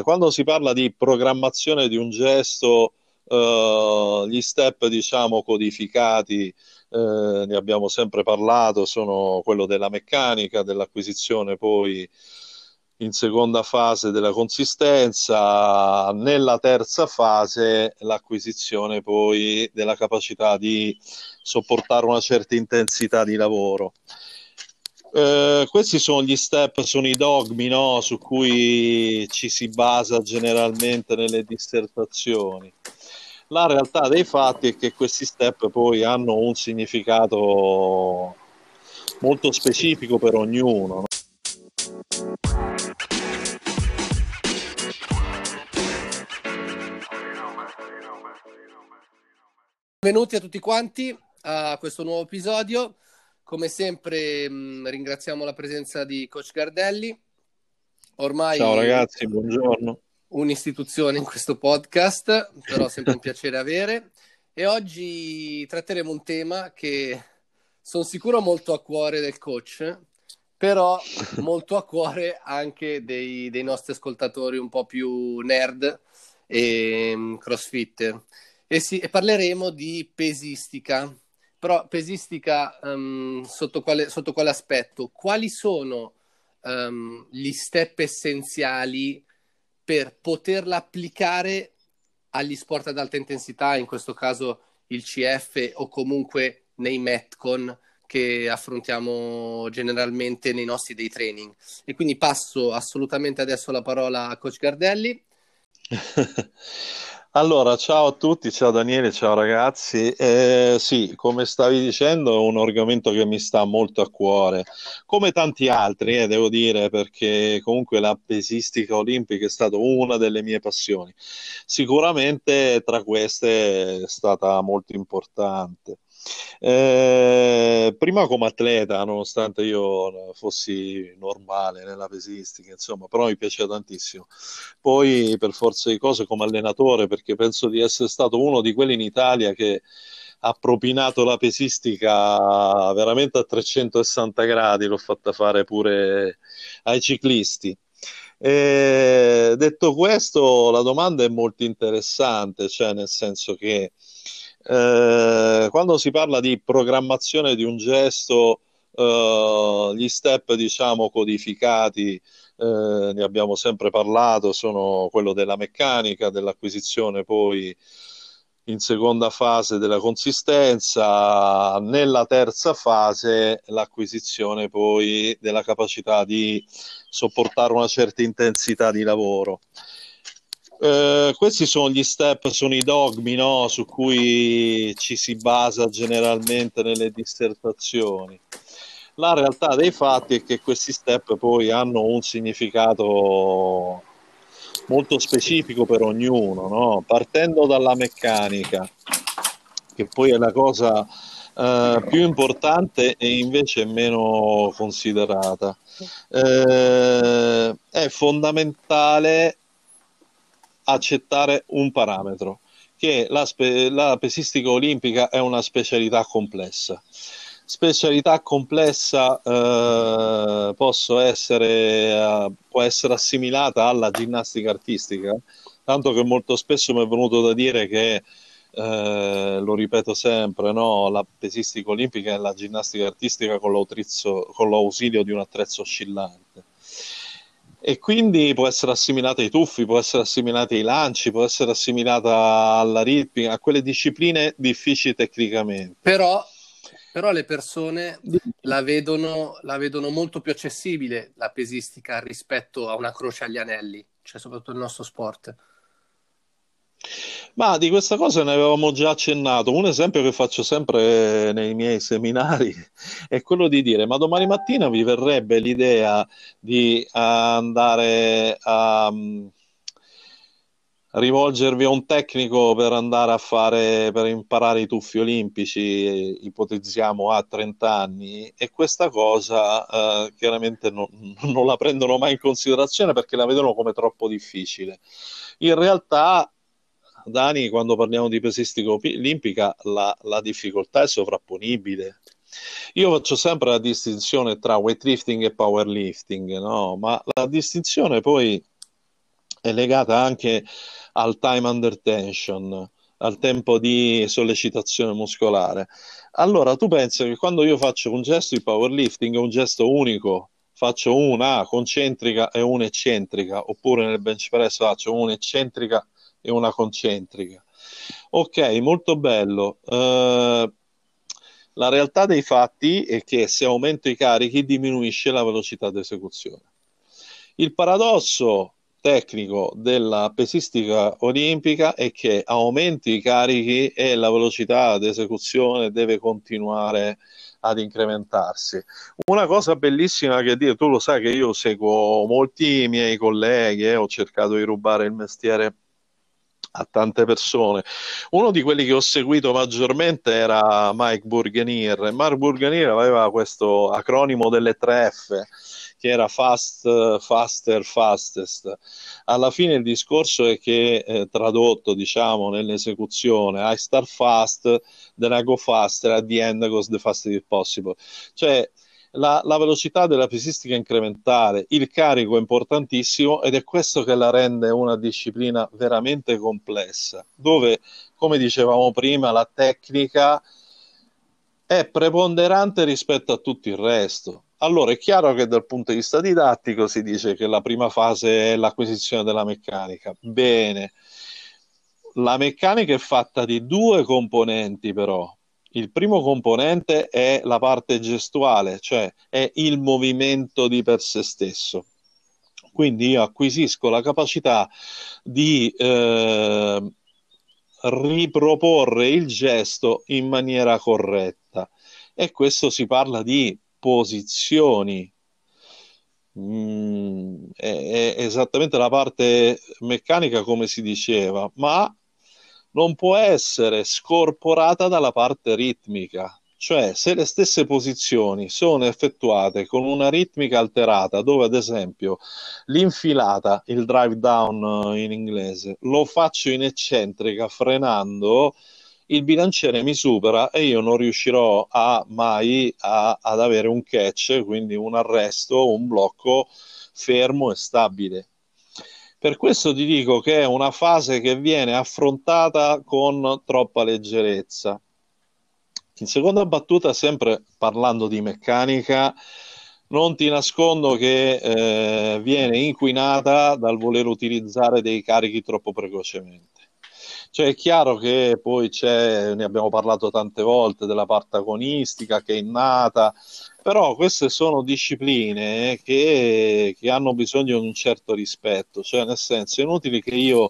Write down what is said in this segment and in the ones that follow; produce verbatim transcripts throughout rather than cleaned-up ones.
quando si parla di programmazione di un gesto, eh, gli step, diciamo, codificati, eh, ne abbiamo sempre parlato, sono quello della meccanica, dell'acquisizione poi in seconda fase della consistenza, nella terza fase l'acquisizione poi della capacità di sopportare una certa intensità di lavoro. Eh, questi sono gli step, sono i dogmi, no, su cui ci si basa generalmente nelle dissertazioni. La realtà dei fatti è che questi step poi hanno un significato molto specifico per ognuno, no? Benvenuti a tutti quanti a questo nuovo episodio. Come sempre mh, ringraziamo la presenza di Coach Gardelli, Ciao ormai ragazzi, buongiorno. un'istituzione in questo podcast, però sempre un piacere avere. E oggi tratteremo un tema che sono sicuro molto a cuore del coach, però molto a cuore anche dei, dei nostri ascoltatori un po' più nerd e mh, crossfitter. E, sì, e parleremo di pesistica, però pesistica um, sotto quale, sotto quale aspetto? Quali sono um, gli step essenziali per poterla applicare agli sport ad alta intensità, in questo caso il C F o comunque nei Metcon che affrontiamo generalmente nei nostri day training. E quindi passo assolutamente adesso la parola a Coach Gardelli. Allora, ciao a tutti, ciao Daniele, ciao ragazzi. Eh, sì, come stavi dicendo, è un argomento che mi sta molto a cuore, come tanti altri, eh, devo dire, perché comunque la pesistica olimpica è stata una delle mie passioni. Sicuramente tra queste è stata molto importante. Eh, prima come atleta, nonostante io fossi normale nella pesistica, insomma, però mi piaceva tantissimo. Poi per forza di cose come allenatore, perché penso di essere stato uno di quelli in Italia che ha propinato la pesistica veramente a trecentosessanta gradi, l'ho fatta fare pure ai ciclisti. E detto questo, la domanda è molto interessante, cioè nel senso che eh, quando si parla di programmazione di un gesto, eh, gli step, diciamo, codificati, eh, ne abbiamo sempre parlato, sono quello della meccanica, dell'acquisizione poi in seconda fase della consistenza, nella terza fase l'acquisizione poi della capacità di sopportare una certa intensità di lavoro. Eh, questi sono gli step, sono i dogmi, no, su cui ci si basa generalmente nelle dissertazioni. La realtà dei fatti è che questi step poi hanno un significato molto specifico per ognuno, no? Partendo dalla meccanica, che poi è la cosa eh, più importante e invece meno considerata. Eh, è fondamentale accettare un parametro, che la, spe- la pesistica olimpica è una specialità complessa. Specialità complessa eh, posso essere, eh, può essere assimilata alla ginnastica artistica, tanto che molto spesso mi è venuto da dire che, eh, lo ripeto sempre, no? La pesistica olimpica è la ginnastica artistica con, con l'ausilio di un attrezzo oscillante. E quindi può essere assimilata ai tuffi, può essere assimilata ai lanci, può essere assimilata alla ritmica, a quelle discipline difficili tecnicamente. Però, però le persone la vedono, la vedono molto più accessibile, la pesistica, rispetto a una croce agli anelli, cioè soprattutto nel nostro sport. Ma di questa cosa ne avevamo già accennato. Un esempio che faccio sempre nei miei seminari è quello di dire: ma domani mattina vi verrebbe l'idea di andare a mm, rivolgervi a un tecnico per andare a fare, per imparare i tuffi olimpici, ipotizziamo a trenta anni, e questa cosa eh, chiaramente non, non la prendono mai in considerazione perché la vedono come troppo difficile. In realtà, Dani, quando parliamo di pesistica olimpica, la, la difficoltà è sovrapponibile. Io faccio sempre la distinzione tra weightlifting e powerlifting, no? Ma la distinzione poi è legata anche al time under tension, al tempo di sollecitazione muscolare. Allora, tu pensi che quando io faccio un gesto di powerlifting è un gesto unico, faccio una concentrica e una eccentrica, oppure nel bench press faccio un'eccentrica e una concentrica. Ok, molto bello. Eh, la realtà dei fatti è che se aumento i carichi diminuisce la velocità di esecuzione. Il paradosso tecnico della pesistica olimpica è che aumenti i carichi e la velocità di esecuzione deve continuare ad incrementarsi. Una cosa bellissima che dire, tu lo sai che io seguo molti miei colleghi, eh, ho cercato di rubare il mestiere a tante persone. Uno di quelli che ho seguito maggiormente era Mike Burganier. E Mark Burganier aveva questo acronimo delle tre F, che era fast, faster, fastest. Alla fine il discorso è che, eh, tradotto, diciamo, nell'esecuzione, I start fast, then I go faster, at the end I go the fastest possible. Cioè, la, la velocità della pesistica incrementale, il carico è importantissimo ed è questo che la rende una disciplina veramente complessa, dove, come dicevamo prima, la tecnica è preponderante rispetto a tutto il resto. Allora è chiaro che dal punto di vista didattico si dice che la prima fase è l'acquisizione della meccanica. Bene, la meccanica è fatta di due componenti però. Il primo componente è la parte gestuale, cioè è il movimento di per sé stesso. Quindi io acquisisco la capacità di eh, riproporre il gesto in maniera corretta. E questo si parla di posizioni. Mm, è, è esattamente la parte meccanica come si diceva, ma non può essere scorporata dalla parte ritmica. Cioè, se le stesse posizioni sono effettuate con una ritmica alterata, dove ad esempio l'infilata, il drive down in inglese, lo faccio in eccentrica frenando, il bilanciere mi supera e io non riuscirò a, mai a, ad avere un catch, quindi un arresto, un blocco fermo e stabile. Per questo ti dico che è una fase che viene affrontata con troppa leggerezza. In seconda battuta, sempre parlando di meccanica, non ti nascondo che eh, viene inquinata dal voler utilizzare dei carichi troppo precocemente. Cioè è chiaro che poi c'è, ne abbiamo parlato tante volte, della parte agonistica che è innata, però queste sono discipline che, che hanno bisogno di un certo rispetto, cioè nel senso è inutile che io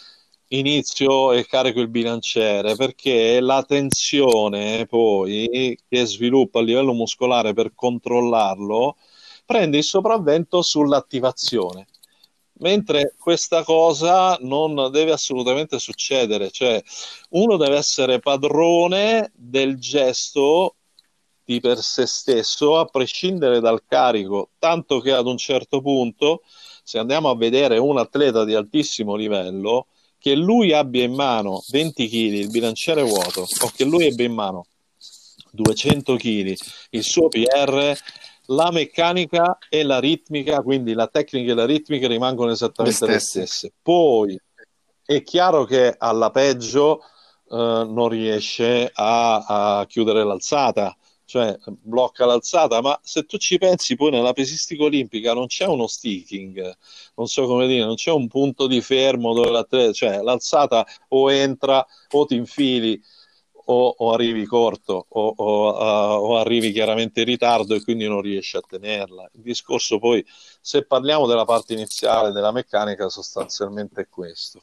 inizio e carico il bilanciere perché la tensione poi che sviluppa a livello muscolare per controllarlo prende il sopravvento sull'attivazione. Mentre questa cosa non deve assolutamente succedere, cioè uno deve essere padrone del gesto di per sé stesso a prescindere dal carico, tanto che ad un certo punto, se andiamo a vedere un atleta di altissimo livello, che lui abbia in mano venti chili il bilanciere vuoto o che lui abbia in mano duecento chili il suo P R, la meccanica e la ritmica, quindi la tecnica e la ritmica rimangono esattamente le, le stesse. Poi è chiaro che alla peggio eh, non riesce a, a chiudere l'alzata, cioè blocca l'alzata, ma se tu ci pensi poi nella pesistica olimpica non c'è uno sticking, non so come dire, non c'è un punto di fermo dove la, cioè l'alzata o entra o ti infili o, o arrivi corto o, o, uh, o arrivi chiaramente in ritardo e quindi non riesci a tenerla. Il discorso poi, se parliamo della parte iniziale della meccanica, sostanzialmente è questo.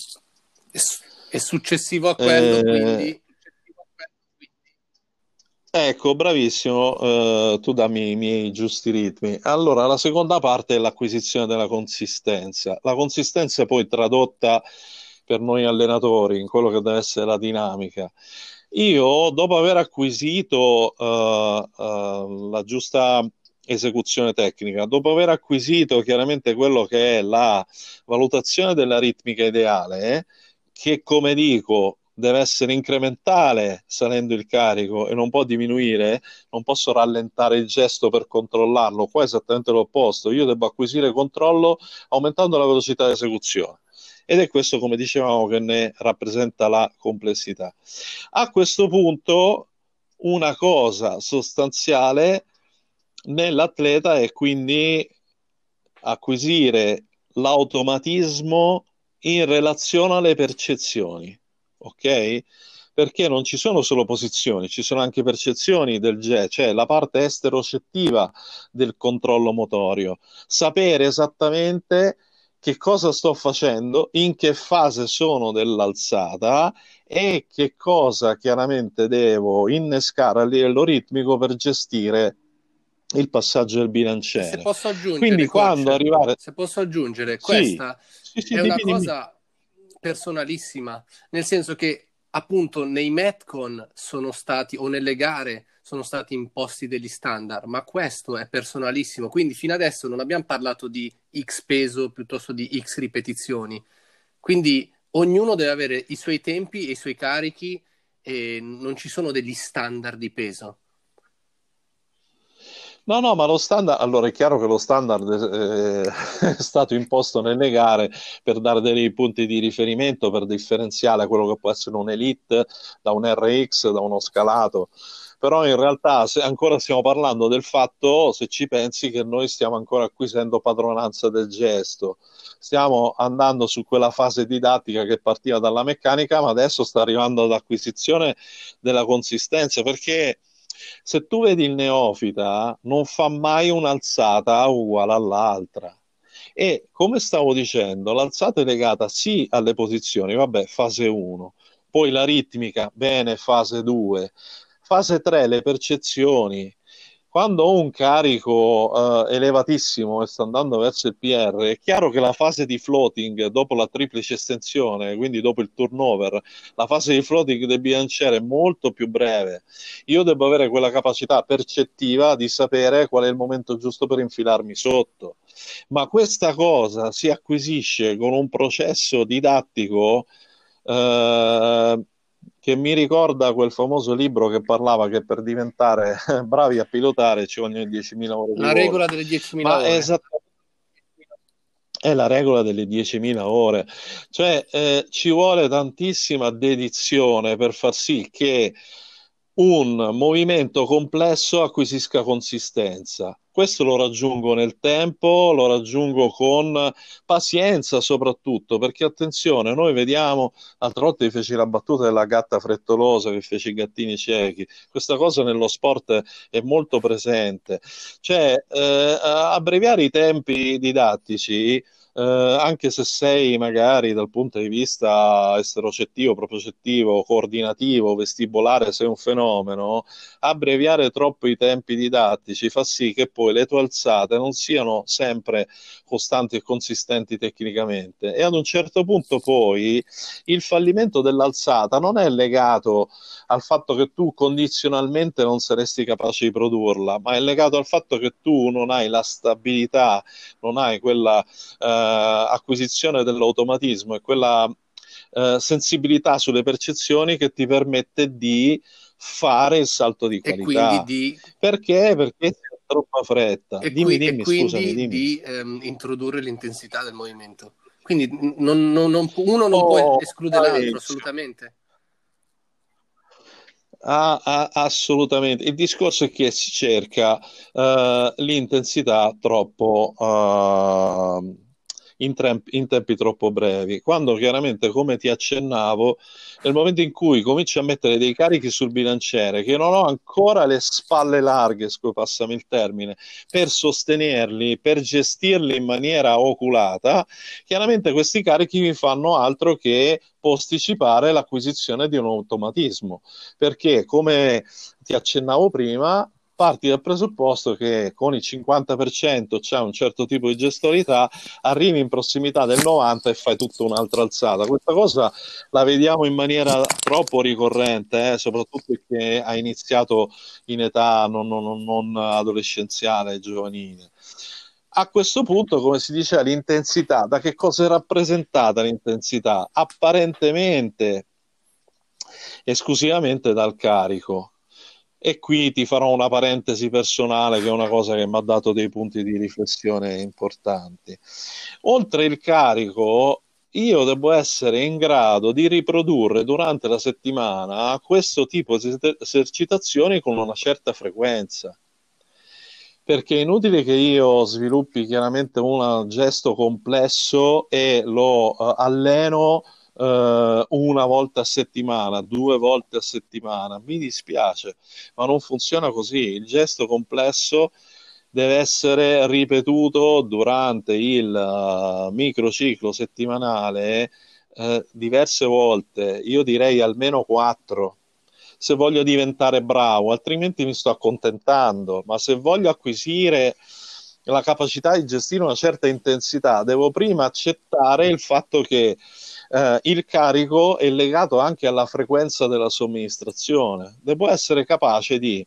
E successivo a quello, eh... quindi... Ecco, bravissimo, eh, tu dammi i miei giusti ritmi. Allora, la seconda parte è l'acquisizione della consistenza. La consistenza è poi tradotta per noi allenatori in quello che deve essere la dinamica. Io, dopo aver acquisito uh, uh, la giusta esecuzione tecnica, dopo aver acquisito chiaramente quello che è la valutazione della ritmica ideale, eh, che come dico deve essere incrementale salendo il carico e non può diminuire, non posso rallentare il gesto per controllarlo. Qua è esattamente l'opposto, io devo acquisire controllo aumentando la velocità di esecuzione. Ed è questo, come dicevamo, che ne rappresenta la complessità. A questo punto, una cosa sostanziale nell'atleta è quindi acquisire l'automatismo in relazione alle percezioni, ok? Perché non ci sono solo posizioni, ci sono anche percezioni del gesto, cioè la parte esterocettiva del controllo motorio. Sapere esattamente che cosa sto facendo, in che fase sono dell'alzata e che cosa chiaramente devo innescare a livello ritmico per gestire il passaggio del E se bilanciere. posso aggiungere, Quindi quando coach, arrivare... se posso aggiungere, Sì, questa sì, è sì, una dimmi, dimmi. cosa personalissima, nel senso che appunto nei Metcon sono stati, o nelle gare, sono stati imposti degli standard, ma questo è personalissimo. Quindi fino adesso non abbiamo parlato di X peso piuttosto di X ripetizioni. Quindi ognuno deve avere i suoi tempi e i suoi carichi e non ci sono degli standard di peso. No, no, ma lo standard, allora è chiaro che lo standard eh, è stato imposto nelle gare per dare dei punti di riferimento, per differenziare quello che può essere un elite da un R X, da uno scalato. Però in realtà se ancora stiamo parlando del fatto, se ci pensi, che noi stiamo ancora acquisendo padronanza del gesto. Stiamo andando su quella fase didattica che partiva dalla meccanica, ma adesso sta arrivando all'acquisizione della consistenza, perché se tu vedi il neofita, non fa mai un'alzata uguale all'altra. E come stavo dicendo, l'alzata è legata sì alle posizioni, vabbè, fase uno, poi la ritmica, bene, fase due, fase tre, le percezioni. Quando ho un carico eh, elevatissimo e sto andando verso il P R, è chiaro che la fase di floating dopo la triplice estensione, quindi dopo il turnover, la fase di floating del bilanciere è molto più breve. Io devo avere quella capacità percettiva di sapere qual è il momento giusto per infilarmi sotto. Ma questa cosa si acquisisce con un processo didattico eh, che mi ricorda quel famoso libro che parlava che per diventare bravi a pilotare ci vogliono diecimila ore di La volo. regola delle diecimila Ma è ore. esattamente è la regola delle diecimila ore, cioè eh, ci vuole tantissima dedizione per far sì che un movimento complesso acquisisca consistenza. Questo lo raggiungo nel tempo, lo raggiungo con pazienza soprattutto, perché attenzione, noi vediamo, l'altra volta vi feci la battuta della gatta frettolosa che fece i gattini ciechi, questa cosa nello sport è molto presente, cioè eh, abbreviare i tempi didattici eh, anche se sei magari dal punto di vista esterocettivo, propriocettivo, coordinativo, vestibolare, sei un fenomeno, abbreviare troppo i tempi didattici fa sì che poi le tue alzate non siano sempre costanti e consistenti tecnicamente. E ad un certo punto poi il fallimento dell'alzata non è legato al fatto che tu condizionalmente non saresti capace di produrla, ma è legato al fatto che tu non hai la stabilità, non hai quella eh, acquisizione dell'automatismo e quella eh, sensibilità sulle percezioni che ti permette di fare il salto di E quindi qualità. di, Perché? Perché c'è troppa fretta. e Dimmi, qui- e dimmi, scusami, quindi dimmi. di ehm, introdurre l'intensità del movimento. Quindi non- non- non pu- uno non può Oh, escludere l'altro, bravissimo. assolutamente. Ah, ah, assolutamente. Il discorso è che si cerca eh, l'intensità troppo eh, in, trem- in tempi troppo brevi, quando chiaramente, come ti accennavo, nel momento in cui cominci a mettere dei carichi sul bilanciere, che non ho ancora le spalle larghe, scu- passami il termine, per sostenerli, per gestirli in maniera oculata, chiaramente questi carichi mi fanno altro che posticipare l'acquisizione di un automatismo perché come ti accennavo prima, parti dal presupposto che con il cinquanta per cento c'è un certo tipo di gestualità, arrivi in prossimità del novanta e fai tutta un'altra alzata. Questa cosa la vediamo in maniera troppo ricorrente, eh, soprattutto perché ha iniziato in età non, non, non adolescenziale, giovanile. A questo punto, come si dice, l'intensità, da che cosa è rappresentata l'intensità? Apparentemente esclusivamente dal carico. E qui ti farò una parentesi personale, che è una cosa che mi ha dato dei punti di riflessione importanti. Oltre il carico, io devo essere in grado di riprodurre durante la settimana questo tipo di esercitazioni con una certa frequenza. Perché è inutile che io sviluppi chiaramente un gesto complesso e lo uh, alleno uh, una volta a settimana, due volte a settimana. Mi dispiace, ma non funziona così. Il gesto complesso deve essere ripetuto durante il uh, microciclo settimanale uh, diverse volte. Io direi almeno quattro, se voglio diventare bravo, altrimenti mi sto accontentando. Ma se voglio acquisire la capacità di gestire una certa intensità, devo prima accettare il fatto che eh, il carico è legato anche alla frequenza della somministrazione. Devo essere capace di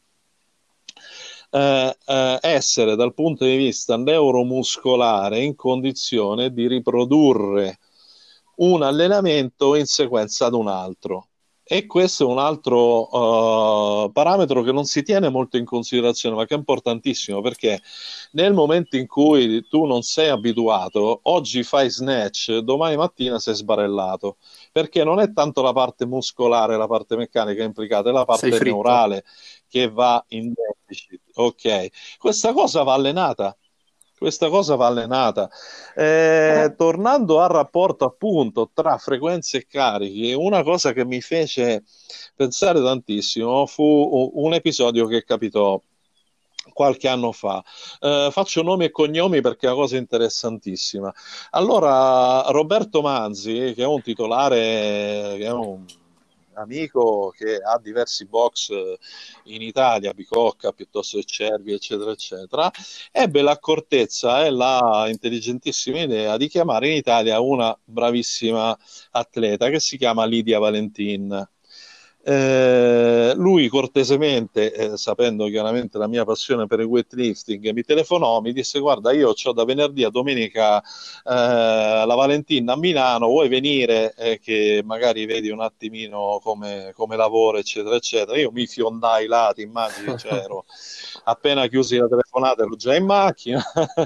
eh, eh, essere dal punto di vista neuromuscolare in condizione di riprodurre un allenamento in sequenza ad un altro. E questo è un altro uh, parametro che non si tiene molto in considerazione, ma che è importantissimo, perché nel momento in cui tu non sei abituato, oggi fai snatch, domani mattina sei sbarellato, perché non è tanto la parte muscolare, la parte meccanica implicata, è la Sei parte fritto. neurale che va in deficit. Ok, questa cosa va allenata. Questa cosa va allenata. Eh, tornando al rapporto appunto tra frequenze e carichi, una cosa che mi fece pensare tantissimo fu un episodio che capitò qualche anno fa. Eh, faccio nomi e cognomi perché è una cosa interessantissima. Allora, Roberto Manzi, che è un titolare, che è un amico che ha diversi box in Italia, Bicocca piuttosto che Cervi, eccetera, eccetera, ebbe l'accortezza e la intelligentissima idea di chiamare in Italia una bravissima atleta che si chiama Lidia Valentin. Eh, lui cortesemente, eh, sapendo chiaramente la mia passione per il weightlifting, mi telefonò, mi disse: guarda, io ho da venerdì a domenica eh, la Valentina a Milano, vuoi venire eh, che magari vedi un attimino come, come lavoro, eccetera, eccetera. Io mi fiondai là, ti immagini, cioè ero appena chiusi la telefonata, ero già in macchina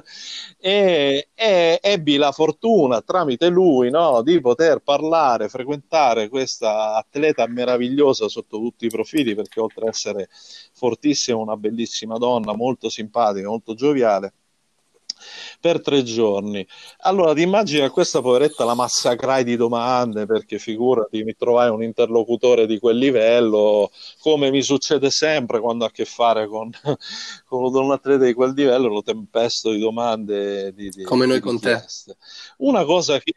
e, e ebbi la fortuna tramite lui, no, di poter parlare, frequentare questa atleta meravigliosa sotto tutti i profili, perché oltre ad essere fortissima, una bellissima donna, molto simpatica, molto gioviale, per tre giorni. Allora ti immagini a questa poveretta la massacrai di domande, perché figurati, mi trovai un interlocutore di quel livello, come mi succede sempre quando ho a che fare con, con un atleta di quel livello, lo tempesto di domande, di, di, come noi di con richieste. Te. Una cosa che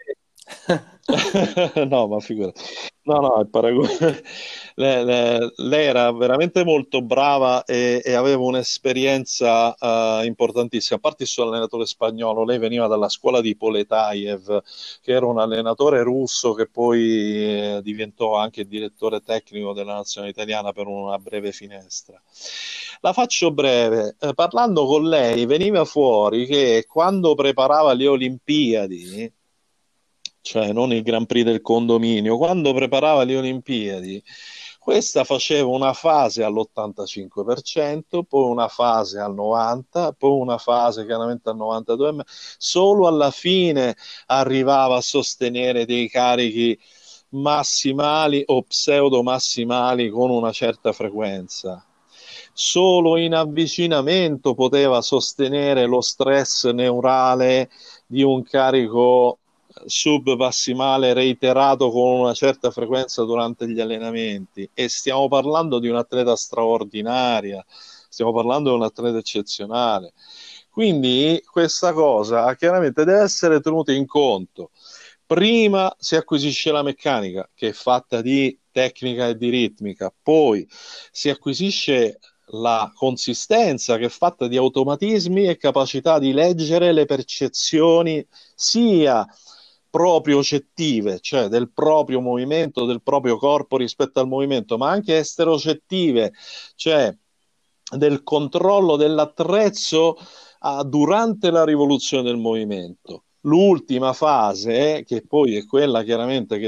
no, ma figurati. No, no, il paragone. Lei, lei- lei era veramente molto brava e, e aveva un'esperienza eh, importantissima. A parte il suo allenatore spagnolo, lei veniva dalla scuola di Poletaev, che era un allenatore russo che poi eh, diventò anche direttore tecnico della nazionale italiana per una breve finestra. La faccio breve. Eh, parlando con lei, veniva fuori che quando preparava le Olimpiadi, cioè non il Grand Prix del condominio, quando preparava le Olimpiadi, questa faceva una fase all'ottantacinque per cento, poi una fase al novanta per cento, poi una fase chiaramente al novantadue per cento, solo alla fine arrivava a sostenere dei carichi massimali o pseudo massimali con una certa frequenza. Solo in avvicinamento poteva sostenere lo stress neurale di un carico submassimale reiterato con una certa frequenza durante gli allenamenti, e stiamo parlando di un atleta straordinaria, stiamo parlando di un atleta eccezionale. Quindi questa cosa chiaramente deve essere tenuta in conto. Prima si acquisisce la meccanica, che è fatta di tecnica e di ritmica, poi si acquisisce la consistenza, che è fatta di automatismi e capacità di leggere le percezioni sia propriocettive, cioè del proprio movimento, del proprio corpo rispetto al movimento, ma anche esterocettive, cioè del controllo dell'attrezzo ah, durante la rivoluzione del movimento. L'ultima fase, eh, che poi è quella chiaramente che dà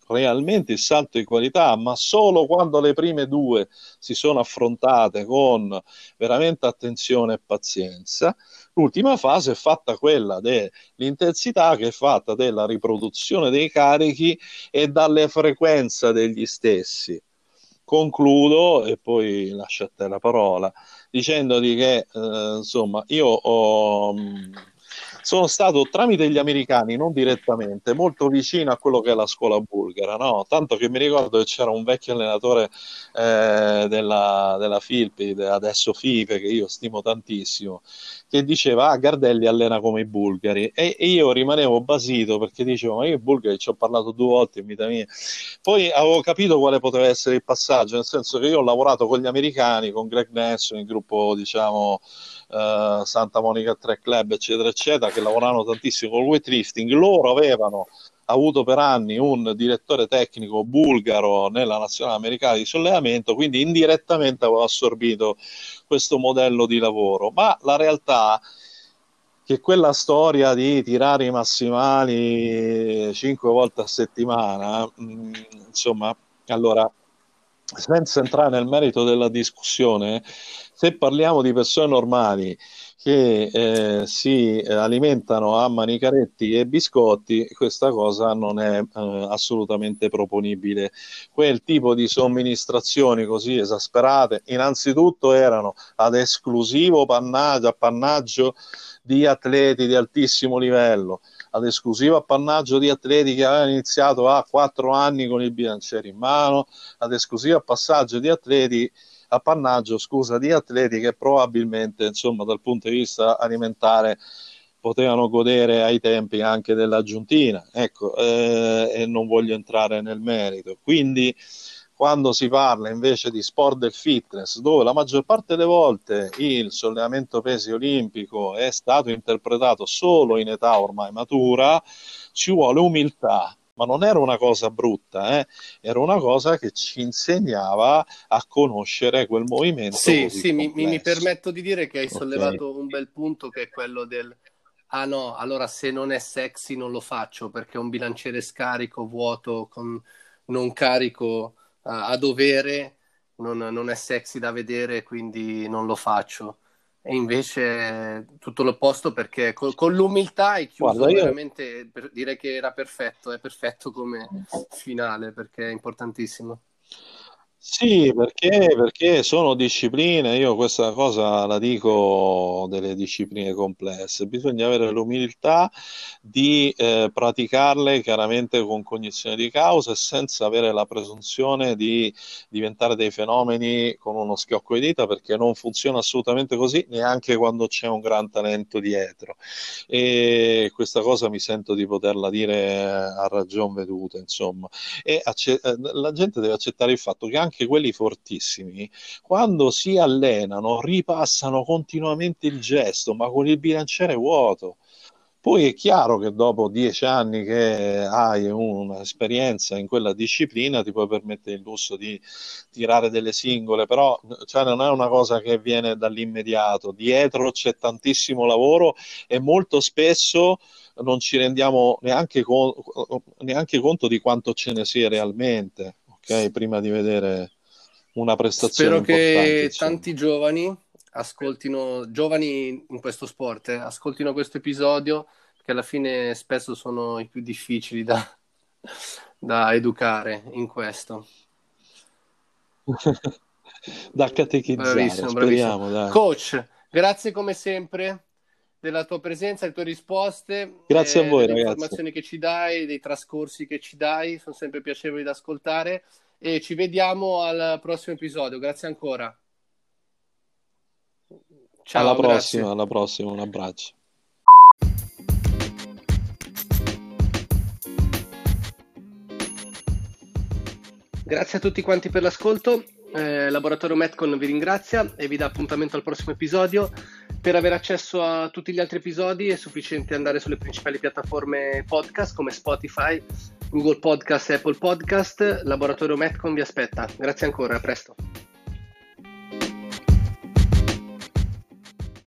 realmente il salto di qualità, ma solo quando le prime due si sono affrontate con veramente attenzione e pazienza. L'ultima fase è fatta quella dell'intensità, che è fatta della riproduzione dei carichi e dalle frequenze degli stessi. Concludo e poi lascio a te la parola dicendoti che eh, insomma io ho, sono stato tramite gli americani, non direttamente, molto vicino a quello che è la scuola bulgara, no? Tanto che mi ricordo che c'era un vecchio allenatore eh, della, della Filpi, adesso Fife, che io stimo tantissimo, che diceva ah, Gardelli allena come i bulgari, e, e io rimanevo basito perché dicevo ma io i bulgari ci ho parlato due volte in vita mia. Poi avevo capito quale poteva essere il passaggio, nel senso che io ho lavorato con gli americani, con Greg Nelson, il gruppo diciamo Uh, Santa Monica Track Club eccetera eccetera, che lavoravano tantissimo con il weightlifting. Loro avevano avuto per anni un direttore tecnico bulgaro nella nazionale americana di sollevamento, quindi indirettamente avevo assorbito questo modello di lavoro, ma la realtà che quella storia di tirare i massimali cinque volte a settimana, mh, insomma, allora, senza entrare nel merito della discussione, se parliamo di persone normali che eh, si alimentano a manicaretti e biscotti, questa cosa non è eh, assolutamente proponibile. Quel tipo di somministrazioni così esasperate, innanzitutto erano ad esclusivo pannaggio, appannaggio di atleti di altissimo livello, ad esclusivo appannaggio di atleti che avevano iniziato a quattro anni con il bilanciere in mano, ad esclusivo passaggio di atleti appannaggio, scusa, di atleti che probabilmente, insomma, dal punto di vista alimentare potevano godere ai tempi anche dell'aggiuntina, ecco, eh, e non voglio entrare nel merito. Quindi quando si parla invece di sport del fitness, dove la maggior parte delle volte il sollevamento pesi olimpico è stato interpretato solo in età ormai matura, ci vuole umiltà. Ma non era una cosa brutta, eh? Era una cosa che ci insegnava a conoscere quel movimento sì, così sì, mi, complesso. mi permetto di dire che hai Okay. sollevato un bel punto, che è quello del ah no, allora se non è sexy non lo faccio perché un bilanciere scarico vuoto con non carico uh, a dovere non, non è sexy da vedere, quindi non lo faccio. E invece tutto l'opposto, perché con, con l'umiltà hai chiuso Guarda, io veramente, per, direi che era perfetto, è perfetto come finale, perché è importantissimo. Sì, perché, perché sono discipline, io questa cosa la dico delle discipline complesse, bisogna avere l'umiltà di eh, praticarle chiaramente con cognizione di causa e senza avere la presunzione di diventare dei fenomeni con uno schiocco di dita, perché non funziona assolutamente così, neanche quando c'è un gran talento dietro. E questa cosa mi sento di poterla dire a ragion veduta, insomma. E acce- la gente deve accettare il fatto che anche quelli fortissimi, quando si allenano, ripassano continuamente il gesto, ma con il bilanciere vuoto. Poi è chiaro che dopo dieci anni che hai un'esperienza in quella disciplina ti puoi permettere il lusso di tirare delle singole, però cioè, non è una cosa che viene dall'immediato. Dietro c'è tantissimo lavoro e molto spesso non ci rendiamo neanche, con- neanche conto di quanto ce ne sia realmente, ok? Prima di vedere una prestazione Spero importante, che insomma. tanti giovani ascoltino, giovani in questo sport, eh, ascoltino questo episodio, che alla fine spesso sono i più difficili da, da educare in questo. Da catechizzare, Bravissimo, bravissimo. speriamo, dai. Coach, grazie come sempre della tua presenza, delle tue risposte, Grazie a eh, voi, delle ragazzi. informazioni che ci dai, dei trascorsi che ci dai, sono sempre piacevoli da ascoltare, e ci vediamo al prossimo episodio. Grazie ancora. Alla Ciao, prossima, grazie. alla prossima, un abbraccio. Grazie a tutti quanti per l'ascolto. Eh, Laboratorio Metcon vi ringrazia e vi dà appuntamento al prossimo episodio. Per avere accesso a tutti gli altri episodi è sufficiente andare sulle principali piattaforme podcast come Spotify, Google Podcast e Apple Podcast. Laboratorio Metcon vi aspetta. Grazie ancora, a presto.